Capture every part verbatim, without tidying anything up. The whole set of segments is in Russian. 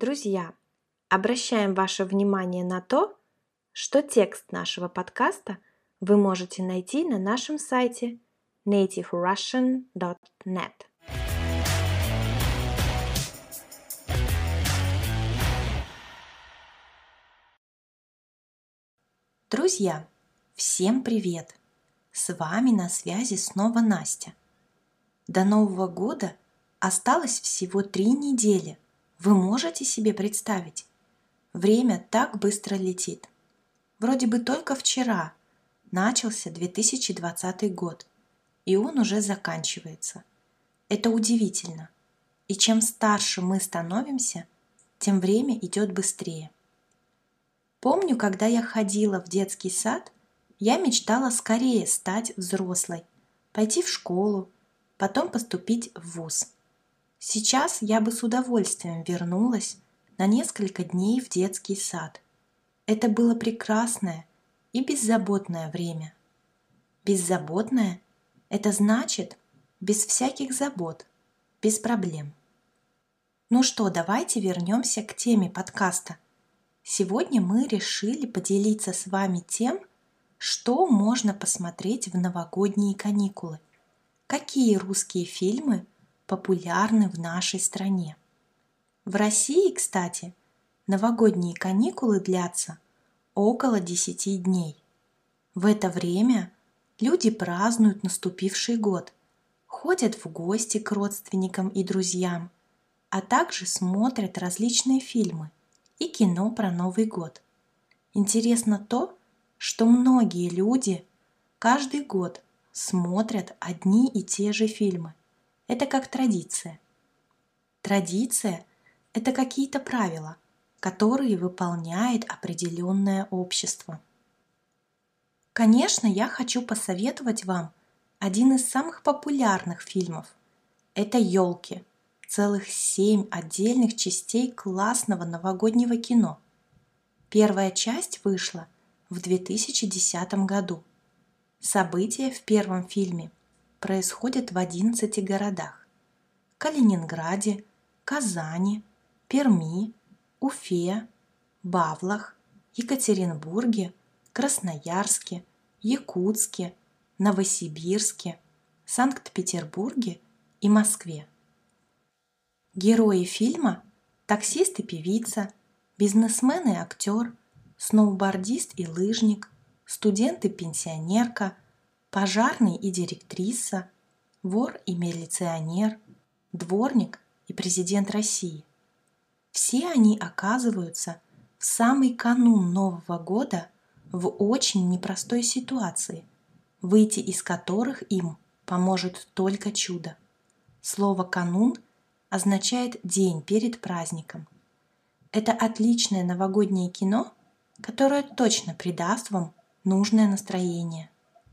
Друзья, обращаем ваше внимание на то, что текст нашего подкаста вы можете найти на нашем сайте native russian dot net. Друзья, всем привет! С вами на связи снова Настя. До Нового года осталось всего три недели. Вы можете себе представить? Время так быстро летит. Вроде бы только вчера начался две тысячи двадцатый год, и он уже заканчивается. Это удивительно. И чем старше мы становимся, тем время идет быстрее. Помню, когда я ходила в детский сад, я мечтала скорее стать взрослой, пойти в школу, потом поступить в вуз. Сейчас я бы с удовольствием вернулась на несколько дней в детский сад. Это было прекрасное и беззаботное время. Беззаботное – это значит без всяких забот, без проблем. Ну что, давайте вернемся к теме подкаста. Сегодня мы решили поделиться с вами тем, что можно посмотреть в новогодние каникулы. Какие русские фильмы популярны в нашей стране. В России, кстати, новогодние каникулы длятся около десяти дней. В это время люди празднуют наступивший год, ходят в гости к родственникам и друзьям, а также смотрят различные фильмы и кино про Новый год. Интересно то, что многие люди каждый год смотрят одни и те же фильмы. Это как традиция. Традиция – это какие-то правила, которые выполняет определенное общество. Конечно, я хочу посоветовать вам один из самых популярных фильмов. Это «Елки». Целых семь отдельных частей классного новогоднего кино. Первая часть вышла в две тысячи десятом году. События в первом фильме происходят в одиннадцати городах: Калининграде, Казани, Перми, Уфе, Бавлах, Екатеринбурге, Красноярске, Якутске, Новосибирске, Санкт-Петербурге и Москве. Герои фильма – таксист и певица, бизнесмен и актер, сноубордист и лыжник, студент и пенсионерка, пожарный и директриса, вор и милиционер, дворник и президент России. Все они оказываются в самый канун Нового года в очень непростой ситуации, выйти из которых им поможет только чудо. Слово «канун» означает день перед праздником. Это отличное новогоднее кино, которое точно придаст вам нужное настроение.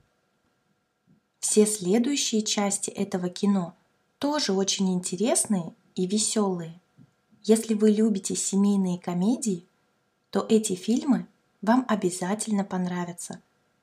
Все следующие части этого кино тоже очень интересные и веселые. Если вы любите семейные комедии, то эти фильмы вам обязательно понравятся.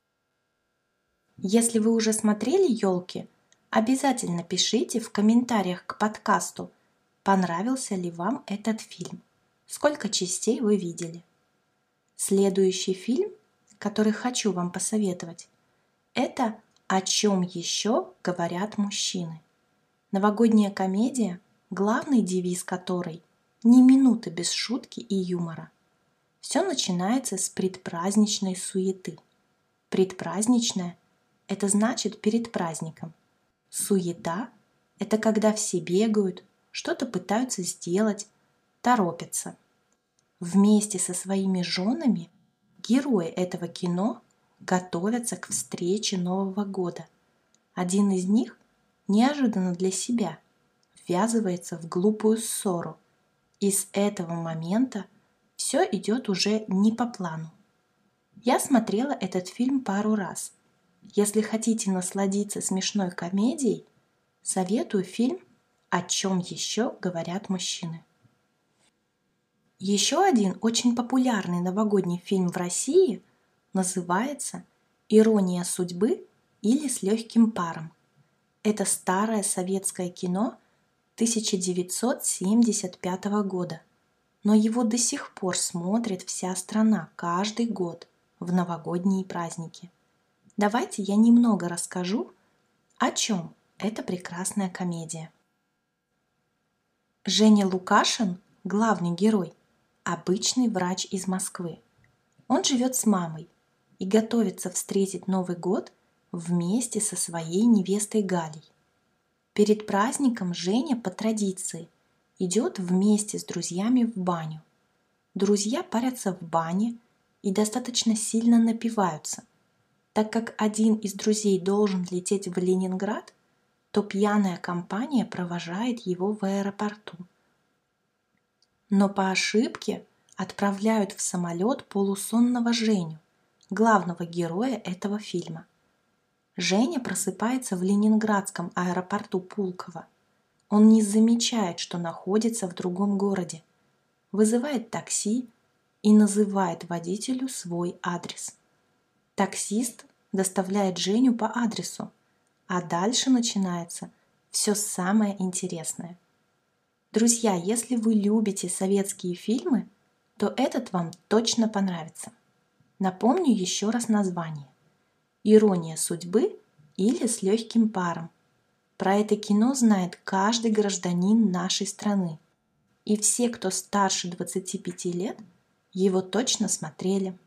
Если вы уже смотрели «Елки», обязательно пишите в комментариях к подкасту, понравился ли вам этот фильм, сколько частей вы видели. Следующий фильм, который хочу вам посоветовать, это «О чем еще говорят мужчины». Новогодняя комедия, главный девиз которой «Ни минуты без шутки и юмора». Все начинается с предпраздничной суеты. Предпраздничная – это значит перед праздником. Суета – это когда все бегают, что-то пытаются сделать, торопятся. Вместе со своими женами герои этого кино готовятся к встрече Нового года. Один из них неожиданно для себя ввязывается в глупую ссору, и с этого момента все идет уже не по плану. Я смотрела этот фильм пару раз. Если хотите насладиться смешной комедией, советую фильм «О чем еще говорят мужчины». Еще один очень популярный новогодний фильм в России называется «Ирония судьбы» или «С легким паром». Это старое советское кино тысяча девятьсот семьдесят пятого года. но его до сих пор смотрит вся страна каждый год в новогодние праздники. Давайте я немного расскажу, о чем эта прекрасная комедия. Женя Лукашин, главный герой, обычный врач из Москвы. Он живет с мамой и готовится встретить Новый год вместе со своей невестой Галей. Перед праздником Женя по традиции идет вместе с друзьями в баню. Друзья парятся в бане и достаточно сильно напиваются. Так как один из друзей должен лететь в Ленинград, то пьяная компания провожает его в аэропорту. Но по ошибке отправляют в самолет полусонного Женю, главного героя этого фильма. Женя просыпается в ленинградском аэропорту Пулково. Он не замечает, что находится в другом городе, вызывает такси и называет водителю свой адрес. Таксист доставляет Женю по адресу, а дальше начинается все самое интересное. Друзья, если вы любите советские фильмы, то этот вам точно понравится. Напомню еще раз название. «Ирония судьбы» или «С легким паром». Про это кино знает каждый гражданин нашей страны. И все, кто старше двадцати пяти лет, его точно смотрели.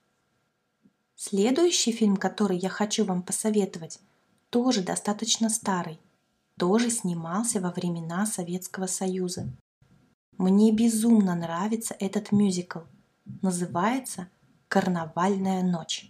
Следующий фильм, который я хочу вам посоветовать, тоже достаточно старый, тоже снимался во времена Советского Союза. Мне безумно нравится этот мюзикл. Называется «Карнавальная ночь».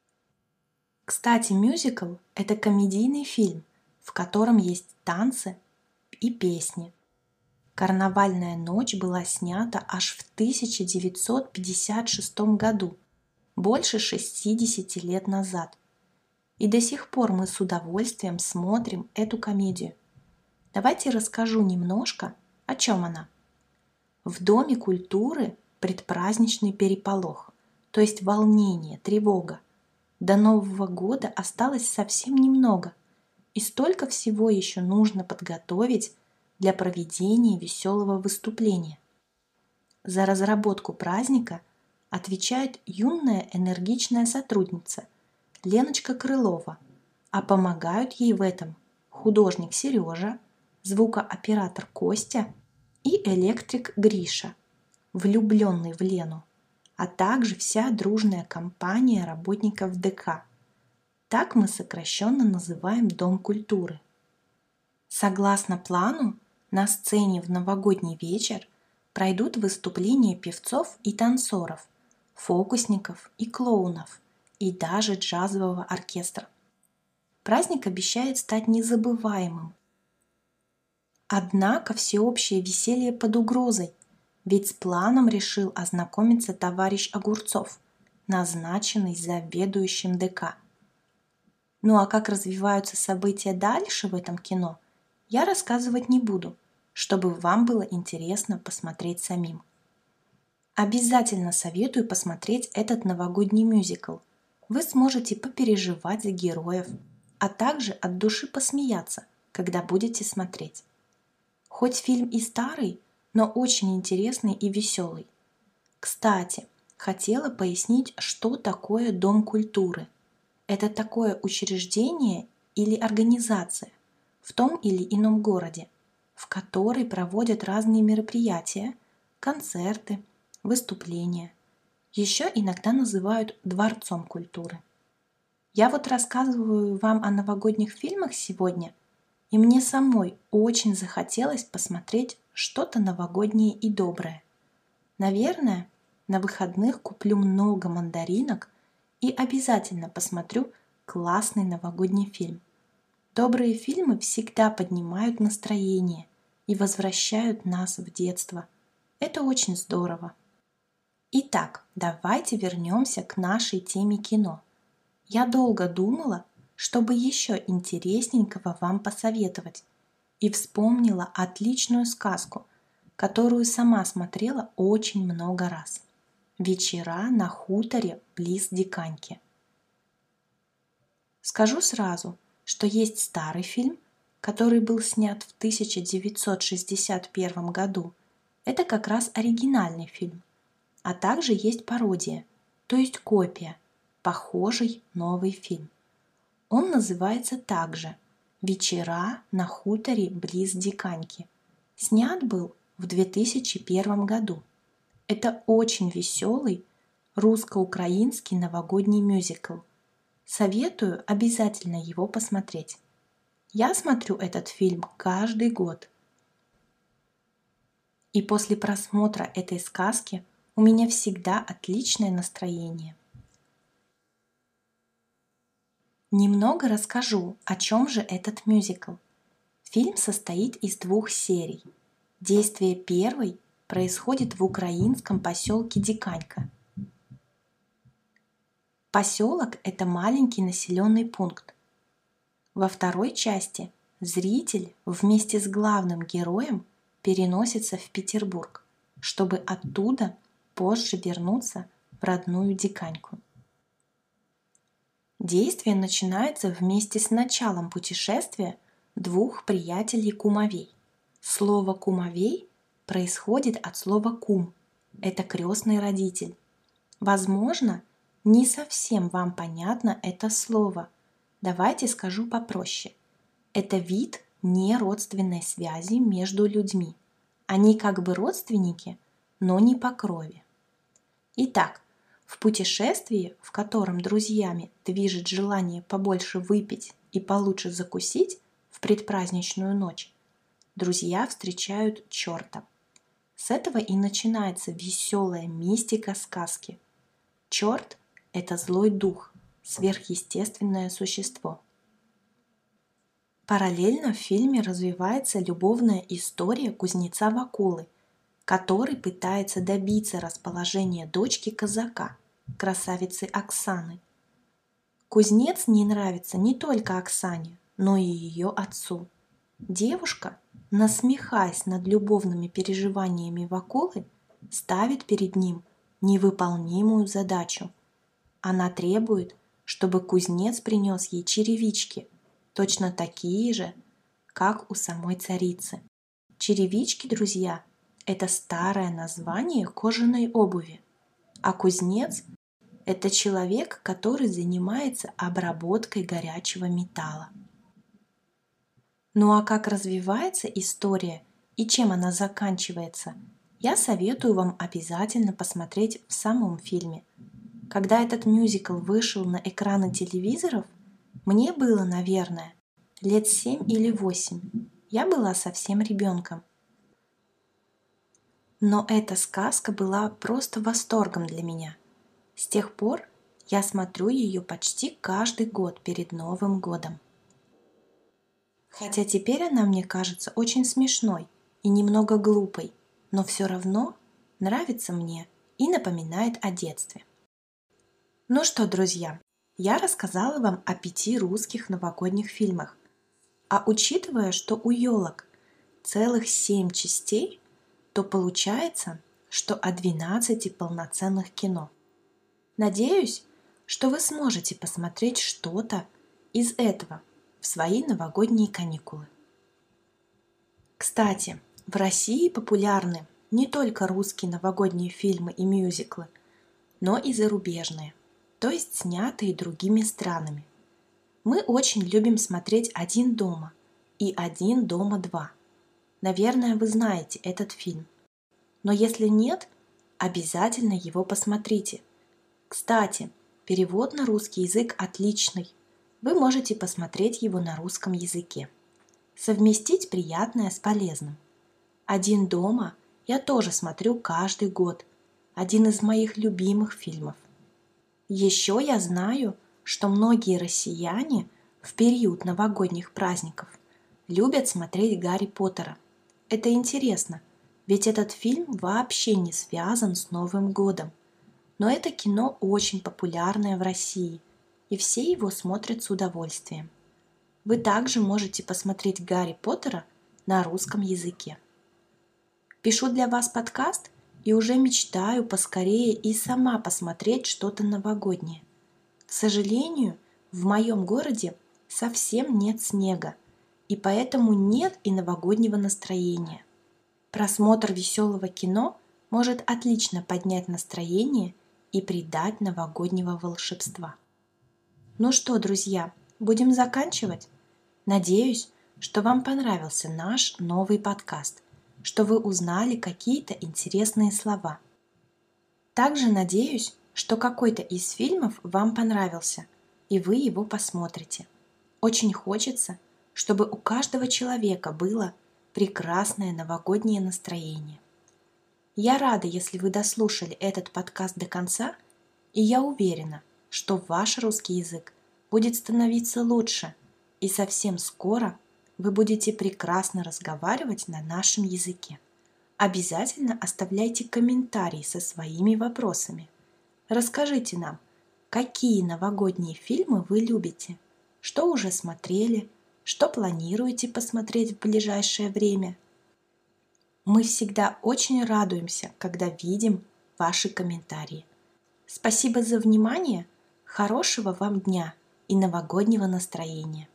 Кстати, мюзикл – это комедийный фильм, в котором есть танцы и песни. «Карнавальная ночь» была снята аж в тысяча девятьсот пятьдесят шестом году, больше шестидесяти лет назад. И до сих пор мы с удовольствием смотрим эту комедию. Давайте расскажу немножко, о чем она. В Доме культуры предпраздничный переполох, то есть волнение, тревога. До Нового года осталось совсем немного, и столько всего еще нужно подготовить для проведения веселого выступления. За разработку праздника отвечает юная энергичная сотрудница Леночка Крылова, а помогают ей в этом художник Сережа, звукооператор Костя и электрик Гриша, влюбленный в Лену, а также вся дружная компания работников ДК. Так мы сокращенно называем Дом культуры. Согласно плану, на сцене в новогодний вечер пройдут выступления певцов и танцоров, фокусников и клоунов, и даже джазового оркестра. Праздник обещает стать незабываемым. Однако всеобщее веселье под угрозой, ведь с планом решил ознакомиться товарищ Огурцов, назначенный заведующим ДК. Ну а как развиваются события дальше в этом кино, я рассказывать не буду, чтобы вам было интересно посмотреть самим. Обязательно советую посмотреть этот новогодний мюзикл. Вы сможете попереживать за героев, а также от души посмеяться, когда будете смотреть. Хоть фильм и старый, но очень интересный и веселый. Кстати, хотела пояснить, что такое Дом культуры. Это такое учреждение или организация в том или ином городе, в которой проводят разные мероприятия, концерты, выступления. Еще иногда называют дворцом культуры. Я вот рассказываю вам о новогодних фильмах сегодня, и мне самой очень захотелось посмотреть что-то новогоднее и доброе. Наверное, на выходных куплю много мандаринок и обязательно посмотрю классный новогодний фильм. Добрые фильмы всегда поднимают настроение и возвращают нас в детство. Это очень здорово. Итак, давайте вернемся к нашей теме кино. Я долго думала, чтобы еще интересненького вам посоветовать, и вспомнила отличную сказку, которую сама смотрела очень много раз. «Вечера на хуторе близ Диканьки». Скажу сразу, что есть старый фильм, который был снят в тысяча девятьсот шестьдесят первом году, Это как раз оригинальный фильм, а также есть пародия, то есть копия, похожий новый фильм. Он называется также «Вечера на хуторе близ Диканьки». Снят был в две тысячи первом году. Это очень веселый русско-украинский новогодний мюзикл. Советую обязательно его посмотреть. Я смотрю этот фильм каждый год. И после просмотра этой сказки у меня всегда отличное настроение. Немного расскажу, о чем же этот мюзикл. Фильм состоит из двух серий. Действие первой происходит в украинском поселке Диканька. Поселок – это маленький населенный пункт. Во второй части зритель вместе с главным героем переносится в Петербург, чтобы оттуда позже вернуться в родную Диканьку. Действие начинается вместе с началом путешествия двух приятелей-кумовей. Слово «кумовей» происходит от слова «кум» – это крестный родитель. Возможно, не совсем вам понятно это слово. Давайте скажу попроще. Это вид неродственной связи между людьми. Они как бы родственники, но не по крови. Итак, в путешествии, в котором друзьями движет желание побольше выпить и получше закусить в предпраздничную ночь, друзья встречают черта. С этого и начинается веселая мистика сказки. Черт – это злой дух, сверхъестественное существо. Параллельно в фильме развивается любовная история кузнеца Вакулы, который пытается добиться расположения дочки казака, красавицы Оксаны. Кузнец не нравится не только Оксане, но и ее отцу. Девушка, насмехаясь над любовными переживаниями Вакулы, ставит перед ним невыполнимую задачу. Она требует, чтобы кузнец принес ей черевички, точно такие же, как у самой царицы. Черевички, друзья, это старое название кожаной обуви, а кузнец – это человек, который занимается обработкой горячего металла. Ну а как развивается история и чем она заканчивается, я советую вам обязательно посмотреть в самом фильме. Когда этот мюзикл вышел на экраны телевизоров, мне было, наверное, лет семь или восемь. Я была совсем ребенком. Но эта сказка была просто восторгом для меня. С тех пор я смотрю ее почти каждый год перед Новым годом. Хотя теперь она мне кажется очень смешной и немного глупой, но все равно нравится мне и напоминает о детстве. Ну что, друзья, я рассказала вам о пяти русских новогодних фильмах. А учитывая, что у елок целых семь частей, то получается, что о двенадцати полноценных кино. Надеюсь, что вы сможете посмотреть что-то из этого в свои новогодние каникулы. Кстати, в России популярны не только русские новогодние фильмы и мюзиклы, но и зарубежные, то есть снятые другими странами. Мы очень любим смотреть «Один дома» и «Один дома два». Наверное, вы знаете этот фильм. Но если нет, обязательно его посмотрите. Кстати, перевод на русский язык отличный. Вы можете посмотреть его на русском языке. Совместить приятное с полезным. «Один дома» я тоже смотрю каждый год. Один из моих любимых фильмов. Еще я знаю, что многие россияне в период новогодних праздников любят смотреть Гарри Поттера. Это интересно, ведь этот фильм вообще не связан с Новым годом. Но это кино очень популярное в России, и все его смотрят с удовольствием. Вы также можете посмотреть Гарри Поттера на русском языке. Пишу для вас подкаст и уже мечтаю поскорее и сама посмотреть что-то новогоднее. К сожалению, в моем городе совсем нет снега, и поэтому нет и новогоднего настроения. Просмотр веселого кино может отлично поднять настроение и придать новогоднего волшебства. Ну что, друзья, будем заканчивать? Надеюсь, что вам понравился наш новый подкаст, что вы узнали какие-то интересные слова. Также надеюсь, что какой-то из фильмов вам понравился, и вы его посмотрите. Очень хочется, чтобы у каждого человека было прекрасное новогоднее настроение. Я рада, если вы дослушали этот подкаст до конца, и я уверена, что ваш русский язык будет становиться лучше, и совсем скоро вы будете прекрасно разговаривать на нашем языке. Обязательно оставляйте комментарии со своими вопросами. Расскажите нам, какие новогодние фильмы вы любите, что уже смотрели, что планируете посмотреть в ближайшее время. Мы всегда очень радуемся, когда видим ваши комментарии. Спасибо за внимание, хорошего вам дня и новогоднего настроения!